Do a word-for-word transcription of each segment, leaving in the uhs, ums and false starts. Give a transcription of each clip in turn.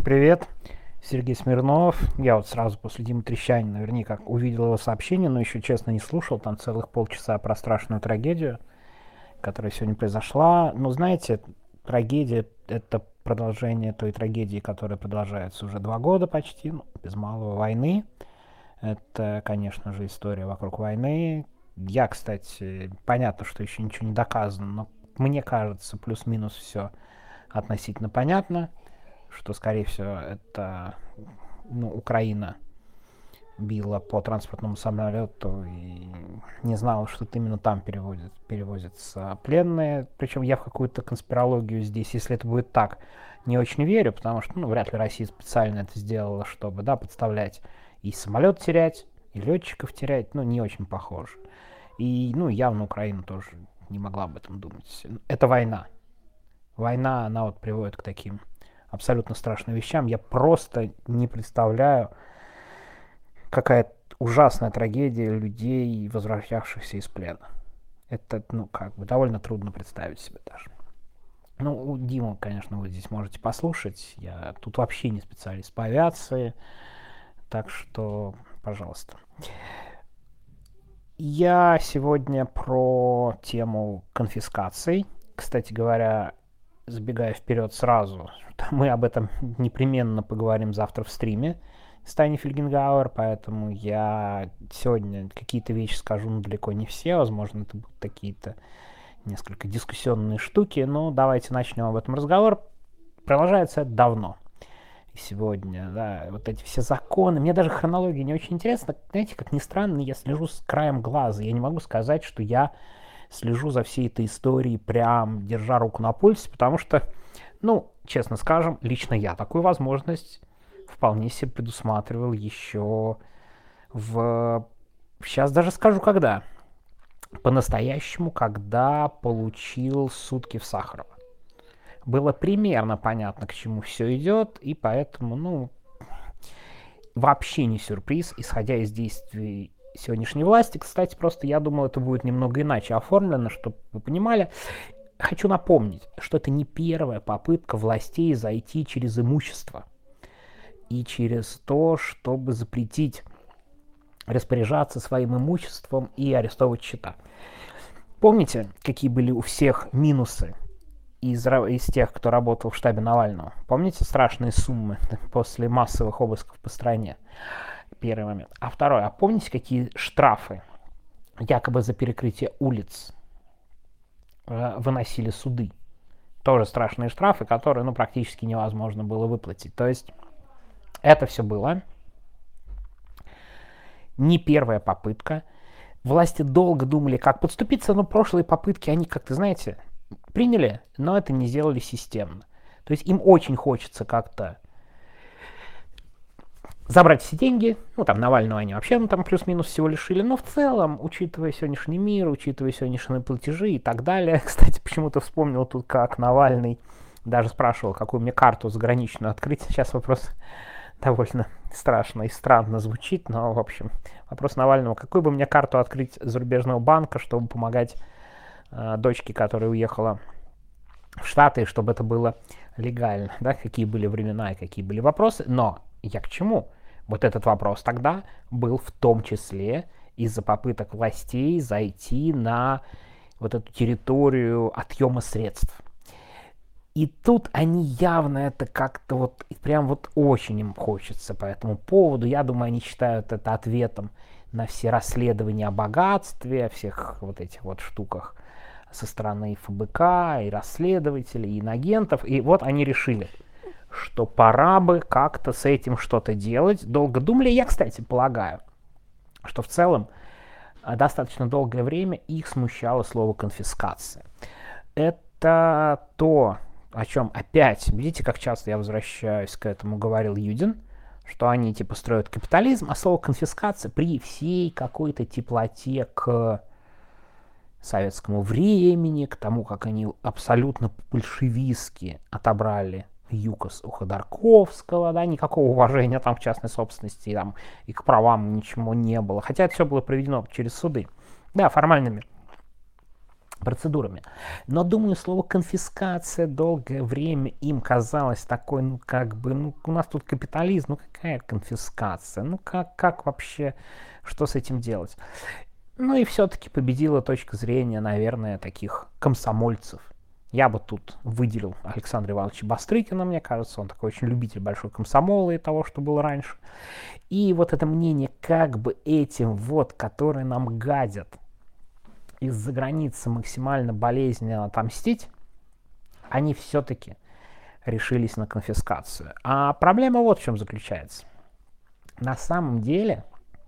привет. Сергей Смирнов. Я вот сразу после Димы Трещанина, вернее, как увидел его сообщение, но еще, честно, не слушал. Там целых полчаса про страшную трагедию, которая сегодня произошла. Но, знаете, трагедия — это продолжение той трагедии, которая продолжается уже два года почти, ну, без малого, войны. Это, конечно же, история вокруг войны. Я, кстати, понятно, что еще ничего не доказано, но мне кажется, плюс-минус все относительно понятно, что, скорее всего, это ну, Украина била по транспортному самолету и не знала, что именно там переводят, перевозятся пленные. Причем я в какую-то конспирологию здесь, если это будет так, не очень верю, потому что ну, вряд ли Россия специально это сделала, чтобы да, подставлять и самолет терять, и летчиков терять. Ну, не очень похоже. И ну, явно Украина тоже не могла об этом думать. Это война. Война, она вот приводит к таким абсолютно страшным вещам. Я просто не представляю, какая ужасная трагедия людей, возвращавшихся из плена. Это, ну, как бы, довольно трудно представить себе даже. Ну, у Димы, конечно, вы здесь можете послушать. Я тут вообще не специалист по авиации, так что, пожалуйста. Я сегодня про тему конфискаций. Кстати говоря, забегая вперед сразу, мы об этом непременно поговорим завтра в стриме с Таней Фельгенгауэр, поэтому я сегодня какие-то вещи скажу, но далеко не все, возможно, это будут какие-то несколько дискуссионные штуки, но давайте начнем об этом разговор. Продолжается это давно. И сегодня, да, вот эти все законы, мне даже хронология не очень интересна, знаете, как ни странно, я слежу с краем глаза, я не могу сказать, что я слежу за всей этой историей, прям держа руку на пульсе, потому что, ну, честно скажем, лично я такую возможность вполне себе предусматривал еще в... Сейчас даже скажу, когда. По-настоящему, когда получил сутки в Сахарова. Было примерно понятно, к чему все идет, и поэтому, ну, вообще не сюрприз, исходя из действий сегодняшней власти. Кстати, просто я думал, это будет немного иначе оформлено, чтобы вы понимали. Хочу напомнить, что это не первая попытка властей зайти через имущество и через то, чтобы запретить распоряжаться своим имуществом и арестовывать счета. Помните, какие были у всех минусы из, из тех, кто работал в штабе Навального? Помните страшные суммы после массовых обысков по стране? Первый момент. А второй, а помните, какие штрафы якобы за перекрытие улиц э, выносили суды? Тоже страшные штрафы, которые ну, практически невозможно было выплатить. То есть это все было. Не первая попытка. Власти долго думали, как подступиться, но прошлые попытки они, как-то, знаете, приняли, но это не сделали системно. То есть им очень хочется как-то забрать все деньги, ну там Навального они вообще ну, там плюс-минус всего лишили, но в целом, учитывая сегодняшний мир, учитывая сегодняшние платежи и так далее, кстати, почему-то вспомнил тут, как Навальный даже спрашивал, какую мне карту заграничную открыть, сейчас вопрос довольно страшно и странно звучит, но, в общем, вопрос Навального, какую бы мне карту открыть зарубежного банка, чтобы помогать э, дочке, которая уехала в Штаты, чтобы это было легально, да, какие были времена и какие были вопросы, но я к чему? Вот этот вопрос тогда был в том числе из-за попыток властей зайти на вот эту территорию отъема средств. И тут они явно это как-то вот, прям вот очень им хочется по этому поводу. Я думаю, они считают это ответом на все расследования о богатстве, о всех вот этих вот штуках со стороны эф бэ ка, и расследователей, и инагентов. И вот они решили, что пора бы как-то с этим что-то делать. Долго думали. Я, кстати, полагаю, что в целом достаточно долгое время их смущало слово конфискация. Это то, о чем опять, видите, как часто я возвращаюсь к этому, говорил Юдин, что они типа строят капитализм, а слово конфискация при всей какой-то теплоте к советскому времени, к тому, как они абсолютно большевистски отобрали ЮКОС у Ходорковского, да, никакого уважения там к частной собственности там, и к правам ничего не было. Хотя это все было проведено через суды. Да, формальными процедурами. Но, думаю, слово конфискация долгое время им казалось такой, ну, как бы, ну, у нас тут капитализм, ну, какая конфискация? Ну, как, как вообще, что с этим делать? Ну, и все-таки победила точка зрения, наверное, таких комсомольцев. Я бы тут выделил Александра Ивановича Бастрыкина, мне кажется, он такой очень любитель большой комсомола и того, что было раньше. И вот это мнение, как бы этим вот, которые нам гадят, из-за границы максимально болезненно отомстить, они все-таки решились на конфискацию. А проблема вот в чем заключается. На самом деле,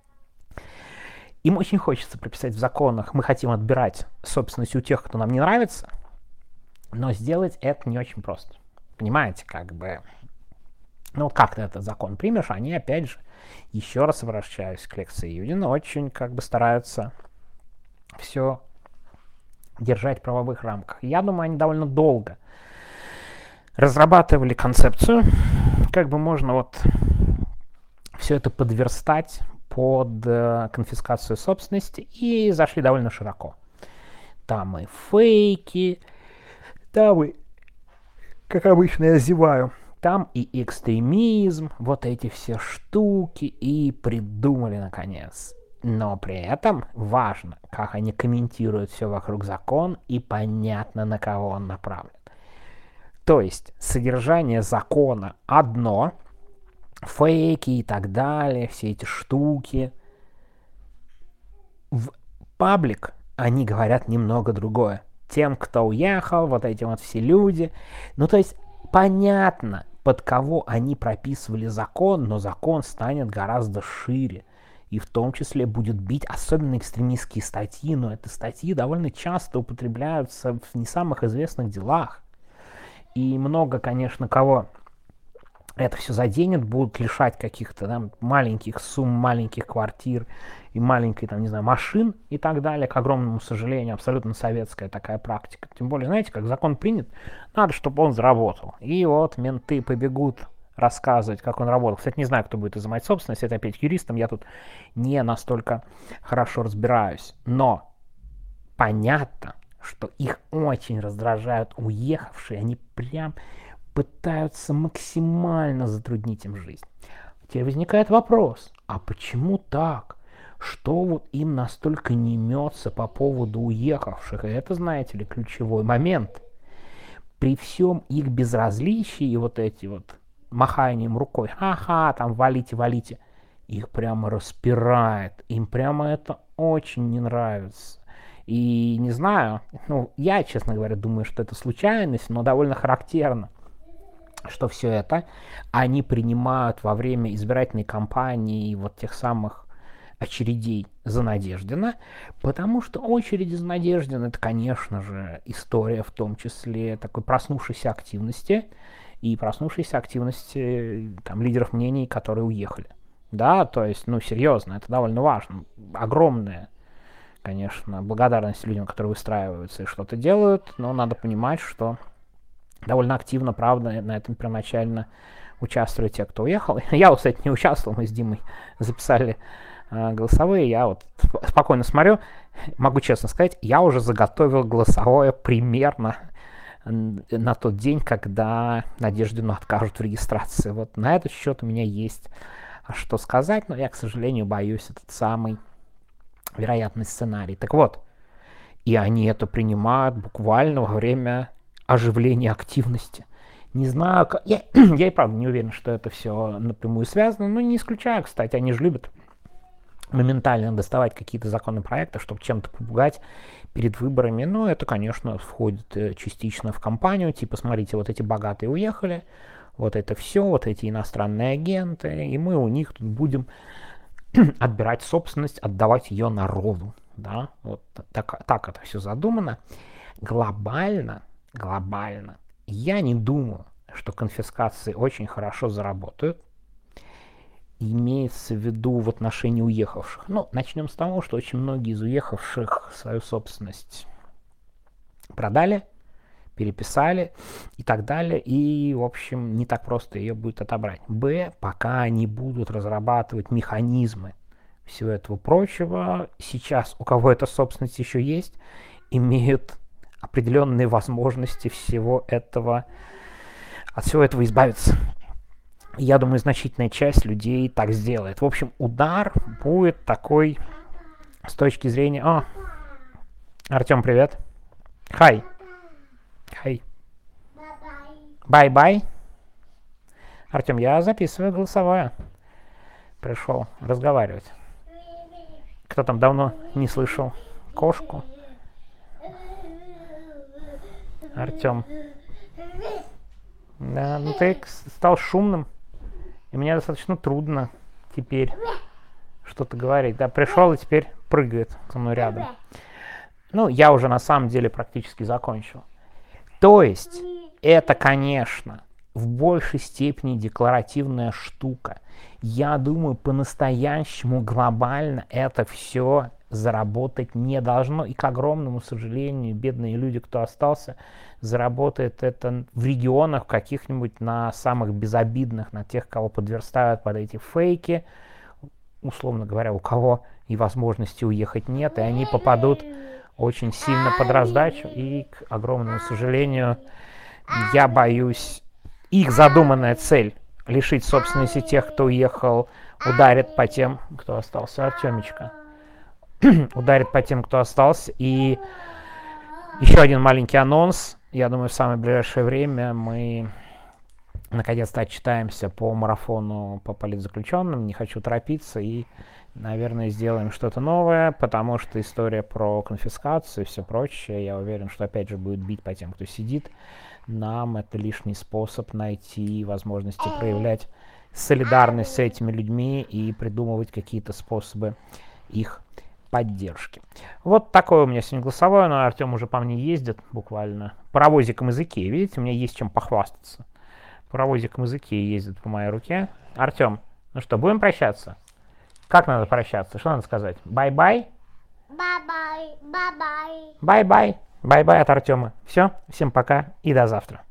им очень хочется прописать в законах, мы хотим отбирать собственность у тех, кто нам не нравится, но сделать это не очень просто. Понимаете, как бы... Ну, вот как ты этот закон примешь, они, опять же, еще раз обращаюсь к лекции Юдина, очень как бы стараются все держать в правовых рамках. Я думаю, они довольно долго разрабатывали концепцию, как бы можно вот все это подверстать под э, конфискацию собственности, и зашли довольно широко. Там и фейки, там и, как обычно, я зеваю, там и экстремизм, вот эти все штуки, и придумали наконец. Но при этом важно, как они комментируют все вокруг закона, и понятно, на кого он направлен. То есть содержание закона одно, фейки и так далее, все эти штуки. В паблик они говорят немного другое. Тем, кто уехал, вот эти вот все люди. Ну, то есть понятно, под кого они прописывали закон, но закон станет гораздо шире. И в том числе будет бить особенно экстремистские статьи, но эти статьи довольно часто употребляются в не самых известных делах. И много, конечно, кого это все заденет, будут лишать каких-то там маленьких сумм, маленьких квартир и маленькой, там, не знаю, машин и так далее. К огромному сожалению, абсолютно советская такая практика. Тем более, знаете, как закон принят, надо, чтобы он заработал. И вот менты побегут рассказывать, как он работал. Кстати, не знаю, кто будет изымать собственность, это опять юристом, я тут не настолько хорошо разбираюсь. Но понятно, что их очень раздражают уехавшие, они прям пытаются максимально затруднить им жизнь. Теперь возникает вопрос, а почему так? Что вот им настолько не имется по поводу уехавших? И это, знаете ли, ключевой момент. При всем их безразличии и вот эти вот маханием рукой, ха-ха, там валите, валите, их прямо распирает, им прямо это очень не нравится. И не знаю, ну, я, честно говоря, думаю, что это случайность, но довольно характерно, что все это они принимают во время избирательной кампании вот тех самых очередей за Надеждина, потому что очереди за Надеждина — это, конечно же, история в том числе такой проснувшейся активности и проснувшейся активности там лидеров мнений, которые уехали. Да, то есть, ну, серьезно, это довольно важно. Огромная, конечно, благодарность людям, которые выстраиваются и что-то делают, но надо понимать, что довольно активно, правда, на этом первоначально участвовали те, кто уехал. Я, кстати, не участвовал, мы с Димой записали э, голосовые, я вот спокойно смотрю, могу честно сказать, я уже заготовил голосовое примерно на тот день, когда Надеждину откажут в регистрации. Вот на этот счет у меня есть что сказать, но я, к сожалению, боюсь этот самый вероятный сценарий. Так вот, и они это принимают буквально во время оживления активности. Не знаю, как... я, я и правда не уверен, что это все напрямую связано, но не исключаю, кстати, они же любят моментально доставать какие-то законопроекты, чтобы чем-то попугать перед выборами. Но это, конечно, входит частично в кампанию, типа, смотрите, вот эти богатые уехали, вот это все, вот эти иностранные агенты, и мы у них тут будем отбирать собственность, отдавать ее народу. Да? Вот так, так это все задумано. Глобально, глобально, я не думаю, что конфискации очень хорошо заработают. Имеется в виду в отношении уехавших. Ну, начнем с того, что очень многие из уехавших свою собственность продали, переписали и так далее, и, в общем, не так просто ее будет отобрать. Б, пока они будут разрабатывать механизмы всего этого прочего, сейчас у кого эта собственность еще есть, имеют определенные возможности всего этого, от всего этого избавиться. Я думаю, значительная часть людей так сделает. В общем, удар будет такой с точки зрения... О, Артем, привет. Хай. Хай. Бай-бай. Артем, я записываю голосовое. Пришел разговаривать. Кто там давно не слышал? Кошку. Артем. Да, ну ты стал шумным. И мне достаточно трудно теперь что-то говорить. Да, пришел и теперь прыгает со мной рядом. Ну, я уже на самом деле практически закончил. То есть, это, конечно, в большей степени декларативная штука. Я думаю, по-настоящему глобально это все заработать не должно. И, к огромному сожалению, бедные люди, кто остался, заработает это в регионах каких-нибудь на самых безобидных, на тех, кого подверстают под эти фейки, условно говоря, у кого и возможности уехать нет, и они попадут очень сильно под раздачу. И, к огромному сожалению, я боюсь, их задуманная цель лишить собственности тех, кто уехал, ударит по тем, кто остался. Артемечка. Ударит по тем, кто остался. И еще один маленький анонс. Я думаю, в самое ближайшее время мы наконец-то отчитаемся по марафону по политзаключенным. Не хочу торопиться и, наверное, сделаем что-то новое, потому что история про конфискацию и все прочее, я уверен, что опять же будет бить по тем, кто сидит. Нам это лишний способ найти возможности проявлять солидарность с этими людьми и придумывать какие-то способы их поддержки. Вот такое у меня сегодня голосовое, но Артем уже по мне ездит буквально паровозиком из Икеи. Видите, у меня есть чем похвастаться. Паровозиком из Икеи ездит по моей руке. Артем, ну что, будем прощаться? Как надо прощаться? Что надо сказать? Бай-бай? Бай-бай, бай-бай. Бай-бай. Бай-бай от Артема. Все, всем пока и до завтра.